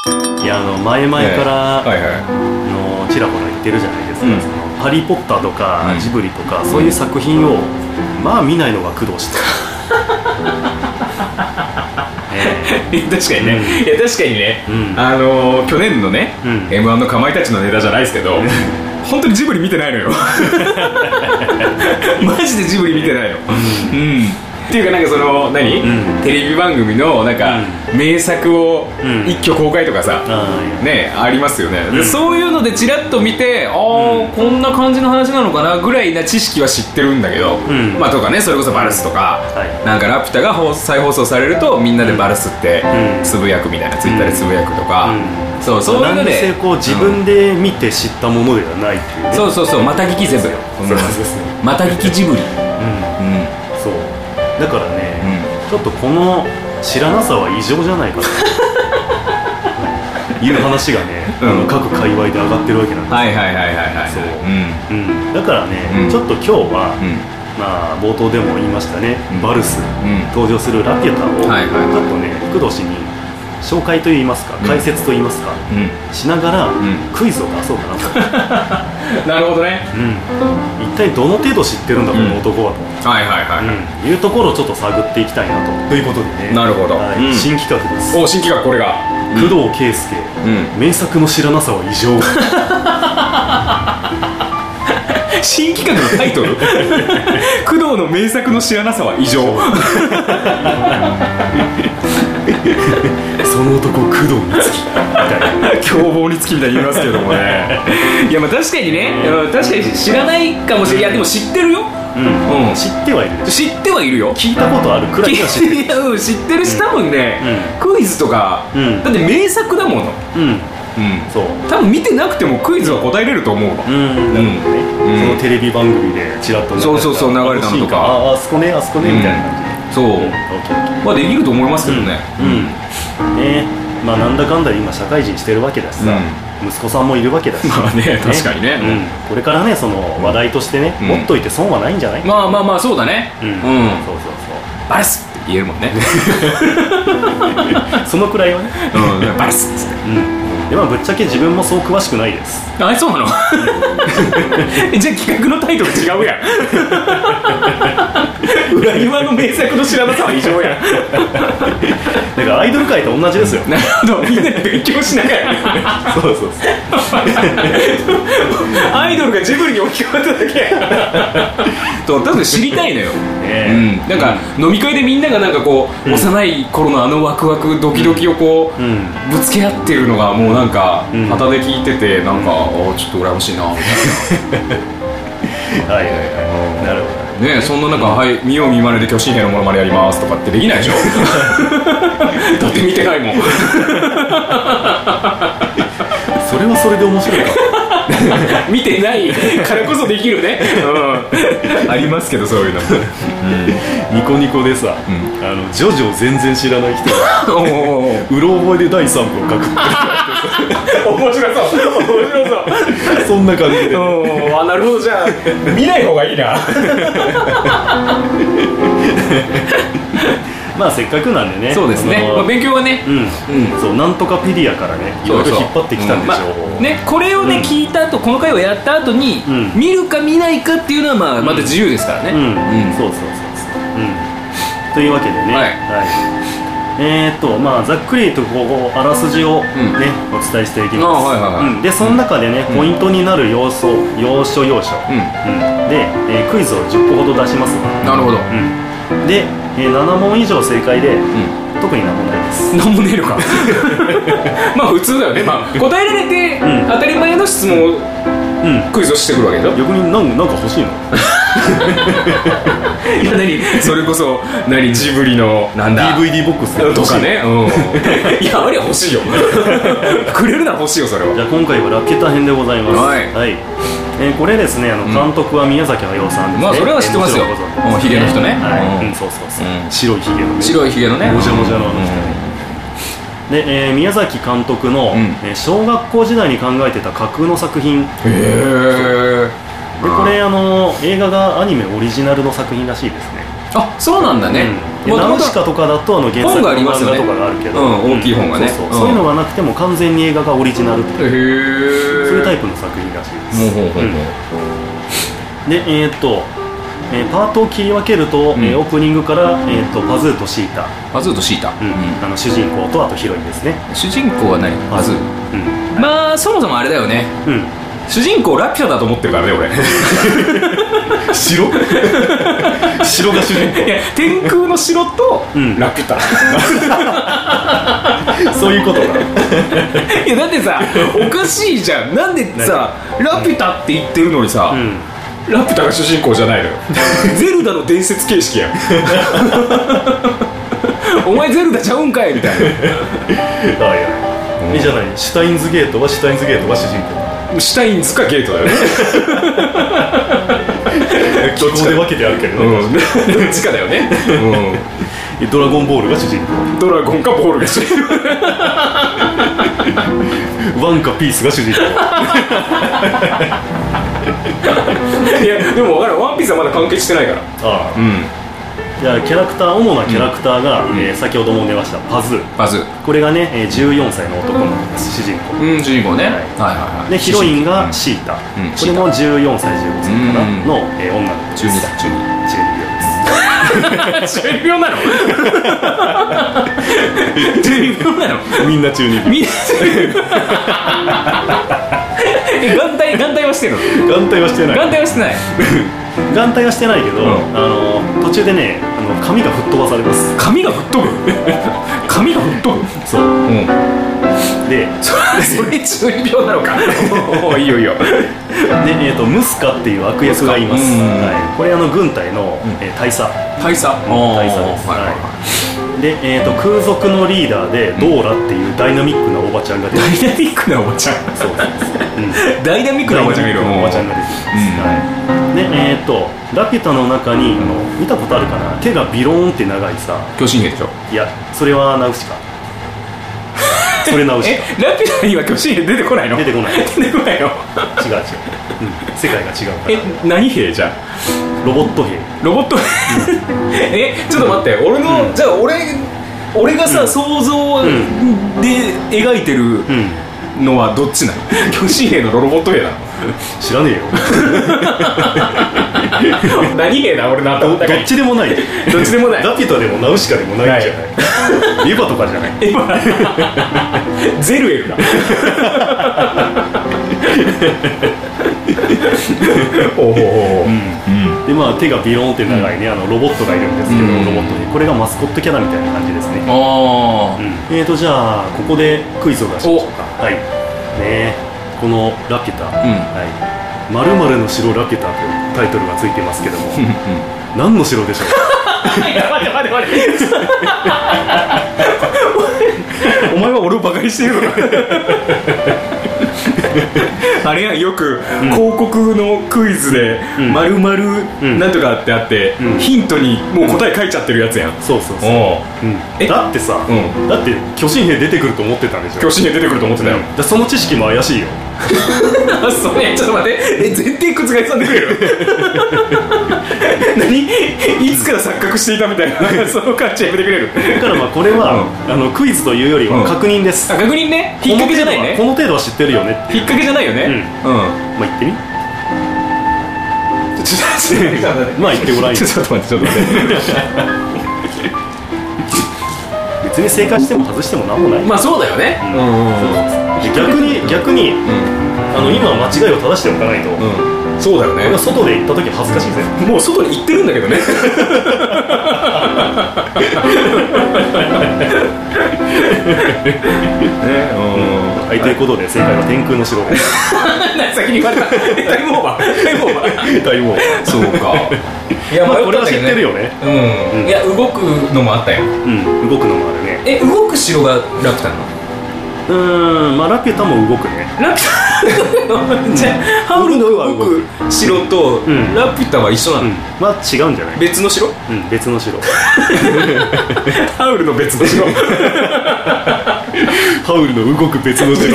いや前々からちらほら言ってるじゃないですか、そのハリー・ポッターとか、ジブリとかそういう作品をまあ見ないのが工藤氏と確かにね、いや確かにね、去年のね、M1 のかまいたちのネタじゃないですけど本当にジブリ見てないのよマジでジブリ見てないの、っていうかなんかそのテレビ番組のなんか名作を一挙公開とかさ、ねありますよね、でそういうのでチラッと見てこんな感じの話なのかなぐらいな知識は知ってるんだけど、まあとかね、それこそバルスとか、なんかラピュタが再放送されるとみんなでバルスってつぶやくみたいな、ツイッターでつぶやくとか、そういうので自分で見て知ったものではないっていうね。 そうそうそう、また聞き全部また聞きジブリ、 そうだからね、ちょっとこの知らなさは異常じゃないかという話がね、各界隈で上がってるわけなんですよ。だからね、ちょっと今日は、まあ冒頭でも言いましたね、バルス、登場するラピュタをちょっとね工藤氏に紹介といいますか、解説といいますか、しながらクイズを出そうかなとなるほどね、 一体どの程度知ってるんだこの男はというところをちょっと探っていきたいなということでね。 なるほど、 新企画です。 新企画、これが工藤圭介、名作の知らなさは異常新企画のタイトル工藤の名作の知らなさは異常その男工藤につきみたいな凶暴につきみたいに言いますけどもねいやまあ確かにね、確かに知らないかもしれない。いやでも知ってるよ、 知ってはいるでしょ。 知ってはいるよ、 聞いたことあるくらいは知ってる知ってるし、多分ね、クイズとか、だって名作だもの、そう多分見てなくてもクイズは答えれると思うわ。 そのテレビ番組でチラッとそう流れたのとか、 あそこねあそこねみたいな感じで、 まあできると思いますけどね。 まあなんだかんだ今社会人してるわけだしさ、息子さんもいるわけだし、 まあね、確かにね、 これからねその話題としてね持っといて損はないんじゃない。 まあそうだね。そうバルスって言えるもんねそのくらいはね、 バルスっつって、 でもぶっちゃけ自分もそう詳しくないです。 あれそうなのじゃあ企画のタイトル違うやん裏庭の名作の知らなさは異常やんだからアイドル界と同じですよ。 なるほど、みんなで勉強しながらそうアイドルがジブリに置き換わっただけやと多分知りたいのよ、なんか飲み会でみんながなんかこう、幼い頃のあのワクワクドキドキをこう、ぶつけ合ってるのがもうなんか旗で聞いてて、なんかちょっと羨ましいなみたいななるほどね。そんな中、はい見よう見まねで巨神兵のモノマネやりますとかってできないでしょだって見てないもんそれはそれで面白いか見てないからこそできるね、ありますけどそういうのニコニコでさ、ジョジョ全然知らない人がうろ覚えで第3部を書く面白そうそんな感じで、 なるほど、じゃあ見ない方がいいなまあせっかくなんでね、 そうですね、勉強はね、 そうなんとかペディアからねいろいろ引っ張ってきたんでしょうね。これをね聞いた後、この回をやった後に見るか見ないかっていうのはまた自由ですからね。 そうというわけでね、まあざっくりとこうあらすじをねお伝えしていきます。でその中でねポイントになる要所でクイズを10個ほど出します。 なるほど。 で7問以上正解で特に何もないです。 何もねえのかまあ普通だよね、まあ、答えられて当たり前の質問をクイズをしてくるわけでしょ。 逆になんか欲しいのいやそれこそジブリのなんだ DVD ボックスとかね、いやあれは欲しいよくれるなら欲しいよそれは。 じゃあ今回はラピュタ編でございます。これですね、監督は宮崎駿さんですね。 まあそれは知ってますよ、ヒゲの人ね。 そう白いヒゲのね、 白いヒゲのね、 もじゃもじゃので、宮崎監督の小学校時代に考えてた架空の作品で、これ映画がアニメオリジナルの作品らしいですね。 あ、そうなんだね。 ナウシカとかだと原作の漫画とかがあるけど、 大きい本がね、 そういうのがなくても完全に映画がオリジナルっていう、そういうタイプの作品らしいです。でパートを切り分けると、オープニングから、パズーとシータ、主人公とあとヒロインですね。 主人公は何？パズー。まあそもそもあれだよね、主人公ラピュタだと思ってるからね俺。 城が主人公。 いや、天空の城とラピュタ。 そういうことだ。 いやだってさ、おかしいじゃん。なんでさラピュタって言ってるのにさ、ラピュタが主人公じゃないのよ。ゼルダの伝説形式やん。お前ゼルダちゃうんかいみたいな。 じゃない、シュタインズゲートは主人公。 シュタインズかゲートだよね。 どっちで分けてあるけどね。 どっちかだよね。 ドラゴンボールが主人公。 ドラゴンかボールが主人公。 ワンかピースが主人公。 いやでも分からん、ワンピースはまだ完結してないから。 じゃあ主なキャラクターが、先ほども出ましたパズー。これがね、14歳の男の子です、主人公。 主人公ね。 でヒロインがシータ。これも14歳15歳かなの、女の子。 中2だ。12秒なの？12秒なの？ みんな中2秒。 眼帯はしてるの？ 眼帯はしてない。眼帯はしてないけど、途中でね、髪が吹っ飛ばされます。 髪が吹っ飛ぶ？髪が吹っ飛ぶ？ そう。で、 それ12秒なのか。いいよいいよ。 で、ムスカっていう悪役がいます。これ軍隊の大佐です。で、空賊のリーダーでドーラっていうダイナミックなおばちゃんが出てきます。 ダイナミックなおばちゃん。 そうです。 ダイナミックなおばちゃんがいる。 おばちゃんが出てきます。で、ラピュタの中に見たことあるかな、手がビローンって長いさ。 巨神兵でしょ？ いや、それはナウシカ。それナウシカ。 ラピュタには巨神兵出てこないの？ 出てこないの。 違う。 世界が違うから。 何兵じゃん？ ロボット兵。 ちょっと待って、じゃあ俺がさ、想像で描いてるのはどっちなの？巨神兵のロボット兵なの？ 知らねえよ。 何兵だ俺の頭の中に。 どっちでもない。 どっちでもない。 ラピュタでもナウシカでもないんじゃない？エヴァとかじゃない？ ゼルエルだ。 で手がビローンって長いね、ロボットがいるんですけど、ロボットでこれがマスコットキャラみたいな感じですね。じゃあここでクイズを出しましょうか。このラピュタ、〇〇の城ラピュタというタイトルがついてますけども、何の城でしょうか？ いや待ってお前は俺をバカにしてるのか？あれやよく広告のクイズで〇〇なんとかってあって、ヒントにもう答え書いちゃってるやつやん。 そうだってさ、だって巨神兵出てくると思ってたんでしょ？ 巨神兵出てくると思ってたよ。 その知識も怪しいよ。 それちょっと待って、前提覆さんでくれる？何？いつから錯覚していたみたいなその感じやめてくれる？ だからこれはクイズというよりは確認です。 確認ね。引っ掛けじゃないね。 この程度は知ってるよねって。 引っ掛けじゃないよね。 言ってみ。言ってごらんよ。 ちょっと待って。 別に正解しても外してもなんもない。 まあそうだよね。 逆に今は間違いを正しておかないと。 そうだよね。 外で行った時恥ずかしいぜ。 もう外に行ってるんだけどね。 ということで正解は天空の城です。 先に言われた。タイムオーバー。そうか。いや、 これは知ってるよね。 いや、動くのもあったよ。 動くのもあるね。 動く城がラピュタなの？ ラピュタも動くね。 ラピュタじゃあハウルの動く城とラピュタは一緒なの？ 違うんじゃない？ 別の城？ 別の城。 ハウルの別の城。 ハウルの動く別の城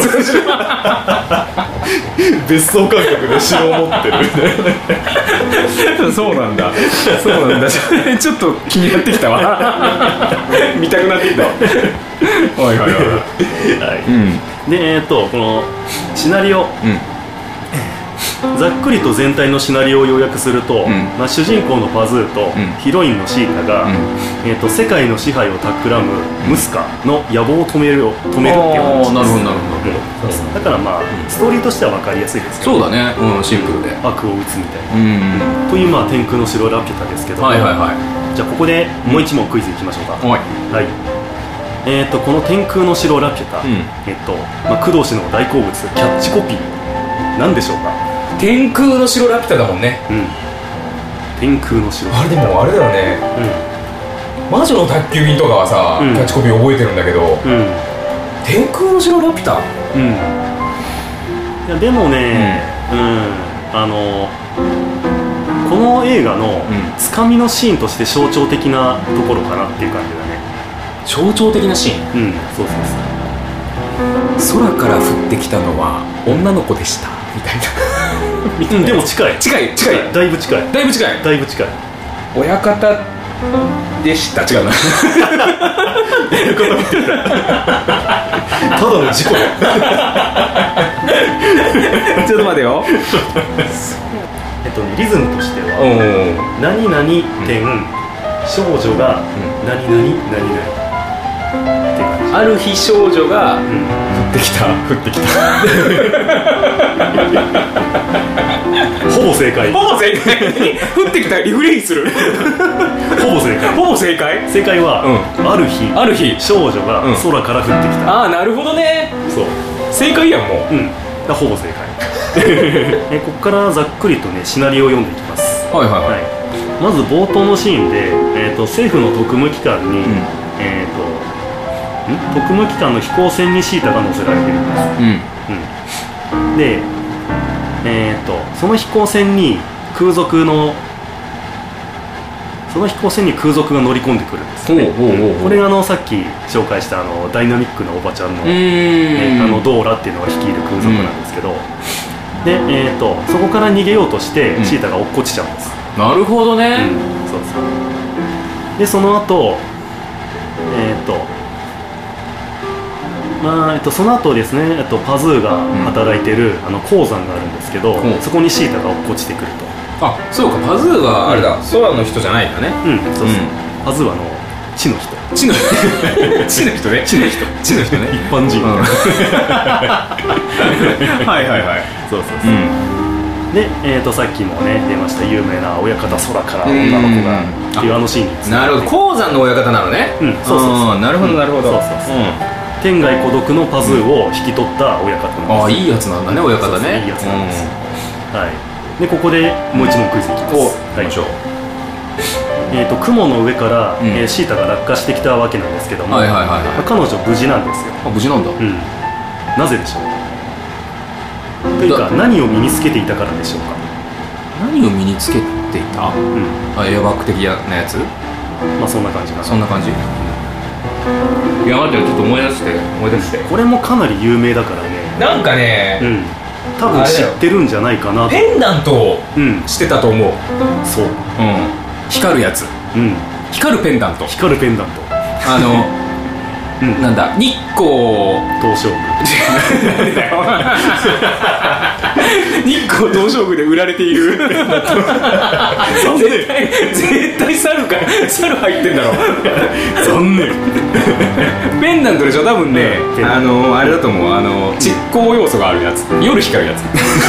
別荘感覚で城を持ってるそうなんだちょっと気になってきたわ見たくなってきたわはいはいはい、 はいでこのシナリオ、ざっくりと全体のシナリオを要約すると、まあ、主人公のパズーとヒロインのシータが、世界の支配を企むムスカの野望を止めるっていう話です。 なるほどなるほど、 だからまあストーリーとしては分かりやすいですけど、 そうだね、シンプルで悪を打つみたいな、というまあ天空の城ラピュタですけども、じゃあここでもう一問クイズいきましょうか。はい、この天空の城ラピュタ、まあ、工藤氏の大好物キャッチコピー何でしょうか。 天空の城ラピュタだもんね。 天空の城、 あれでもあれだよね、魔女の宅急便とかはさ、キャッチコピー覚えてるんだけど、天空の城ラピュタ、 いやでもね、この映画のつかみのシーンとして象徴的なところかなっていう感じだね。 象徴的なシーン、 そうそう空から降ってきたのは女の子でしたみたいなでも近いだいぶ近い親方でした違うなただの事故ちょっと待てよリズムとしては何々点少女が何々何々って感じ。 ある日少女が降ってきたほぼ正解降ってきたリフレインするほぼ正解正解は、ある日少女が空から降ってきた。 ああなるほどね。 そう正解やんもう、 ほぼ正解ここからざっくりとねシナリオを読んでいきます。まず冒頭のシーンで、政府の特務機関に、特務機関の飛行船にシータが乗せられているんです。で、その飛行船に空賊が乗り込んでくるんですね。これがさっき紹介したダイナミックなおばちゃんの、ドーラっていうのが率いる空賊なんですけど、で、そこから逃げようとしてシータが落っこちちゃうんです。 なるほどね。 そうそう。でその後その後ですね、パズーが働いてる鉱山があるんですけど、そこにシータが落っこちてくると。 あ、そうか、パズーはあれだ、空の人じゃないんだね。 そうそう、パズーは地の人地の人ね一般人はいそうで、さっきもね出ました有名な親方空から女の子がっていうシーンに。 なるほど、鉱山の親方なのね。そうなるほど天涯孤独のパズーを引き取った親方なんです。 ああ、いいやつなんだね、親方ね。 いいやつなんです。でここでもう一問クイズいきます。雲の上からシータが落下してきたわけなんですけども、彼女無事なんですよ。 無事なんだ。 なぜでしょう。というか何を身につけていたからでしょうか。 何を身につけていた？エアバッグ的なやつ？ まあそんな感じかな。 そんな感じ？いや待ってよ、ちょっと思い出して。 これもかなり有名だからね。 なんかね、 多分知ってるんじゃないかな。 ペンダントをしてたと思う。 そう。 光るやつ。光るペンダント。なんだ、日光東照宮日光東照宮で売られている絶対猿入ってんだろ残念ペンダントでしょ、多分ね、あれだと思う、蓄光要素があるやつ、夜光るやつ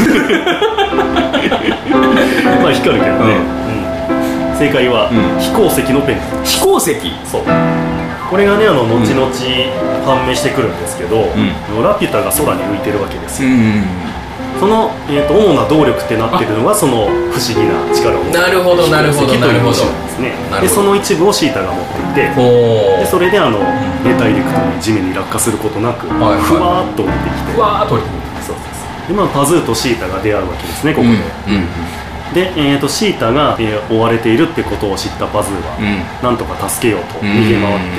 まあ光るけどね、正解は飛行石のペンダント。 飛行石？ そう、これがね後々判明してくるんですけど、ラピュタが空に浮いてるわけですよ。その、主な動力ってなってるのがその不思議な力を持っている飛行石というものなんですね。でその一部をシータが持っていて、でそれで大陸に地面に落下することなくふわーっと降りてきて、でパズーとシータが出会うわけですね、ここで。 で、シータが、追われているってことを知ったパズーは、なんとか助けようと逃げ回って、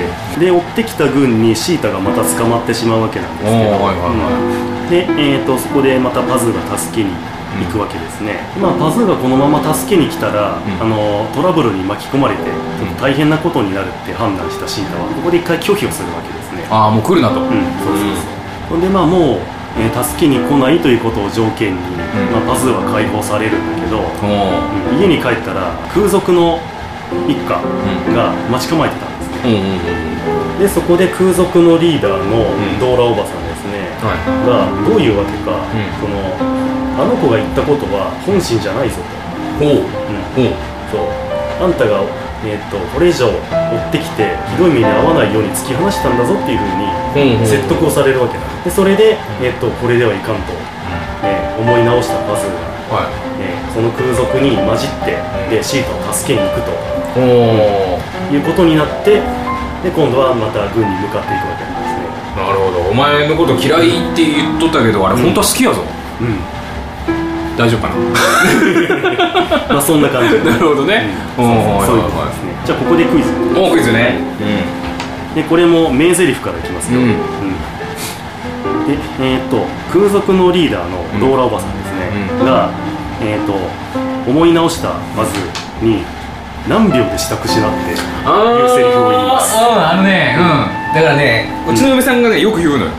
で追ってきた軍にシータがまた捕まってしまうわけなんですけど、で、そこでまたパズーが助けに行くわけですね。パズーがこのまま助けに来たら、トラブルに巻き込まれてちょっと大変なことになるって判断したシータはここで一回拒否をするわけですね。 ああ、もう来るなと。 そうそうそう。でもう助けに来ないということを条件に、パズーは解放されるんだけど、家に帰ったら空賊の一家が待ち構えてたんですね。でそこで空賊のリーダーのドーラおばさんですね、がどういうわけか、あの子が言ったことは本心じゃないぞと。そうあんたが、これ以上追ってきてひどい目に遭わないように突き放したんだぞっていうふうに説得をされるわけだ。でそれで、これではいかんと、思い直したパズーが、その空賊に混じってでシータを助けに行くということになって、で今度はまた軍に向かっていくわけなんですね。 なるほど。お前のこと嫌いって言っとったけど、あれ本当は好きやぞ。大丈夫かな。そんな感じ。 なるほどね。 そういうことですね。じゃあここでクイズ。 クイズね。 でこれも名台詞からいきますよ。で空賊のリーダーのドーラおばさんですね、が思い直したパズーに何秒で支度しなっていうセリフを言います。 だからね、うちの嫁さんがねよく言うのよ。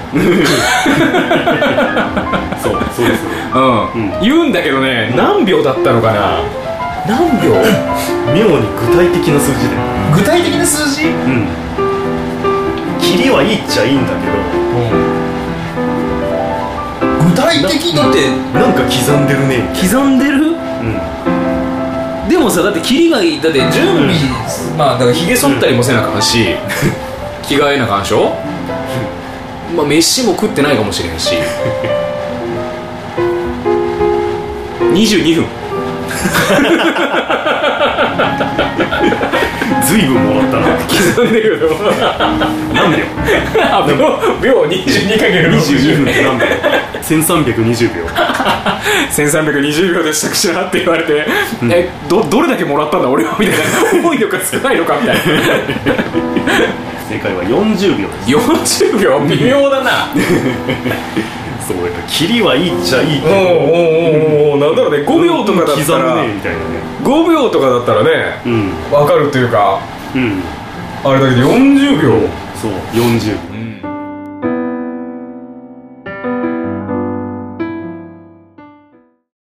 そうですね。 言うんだけどね、何秒だったのかな。何秒？ 妙に具体的な数字で。 具体的な数字？ キリはいいっちゃいいんだけど、 具体的だってなんか刻んでるね。 刻んでる？でもさ、だってキリがいい。だって準備、だからひげ剃ったりもせなあかんし、着替えなあかんしょ。飯も食ってないかもしれんし。22分。 ずいぶんもらったな。 刻んでるよ。 何秒秒 22×22 分って何秒？1320秒。 1320秒で支度しなって言われて、どれだけもらったんだ俺はみたいな。多いのか少ないのかみたいな。 正解は40秒です。 40秒微妙だな。 そうやっぱキリはいいっちゃいいけど、 なんだろうね、5秒とかだったら、5秒とかだったらね、分かるというか、あれだけど40秒。 そう40秒。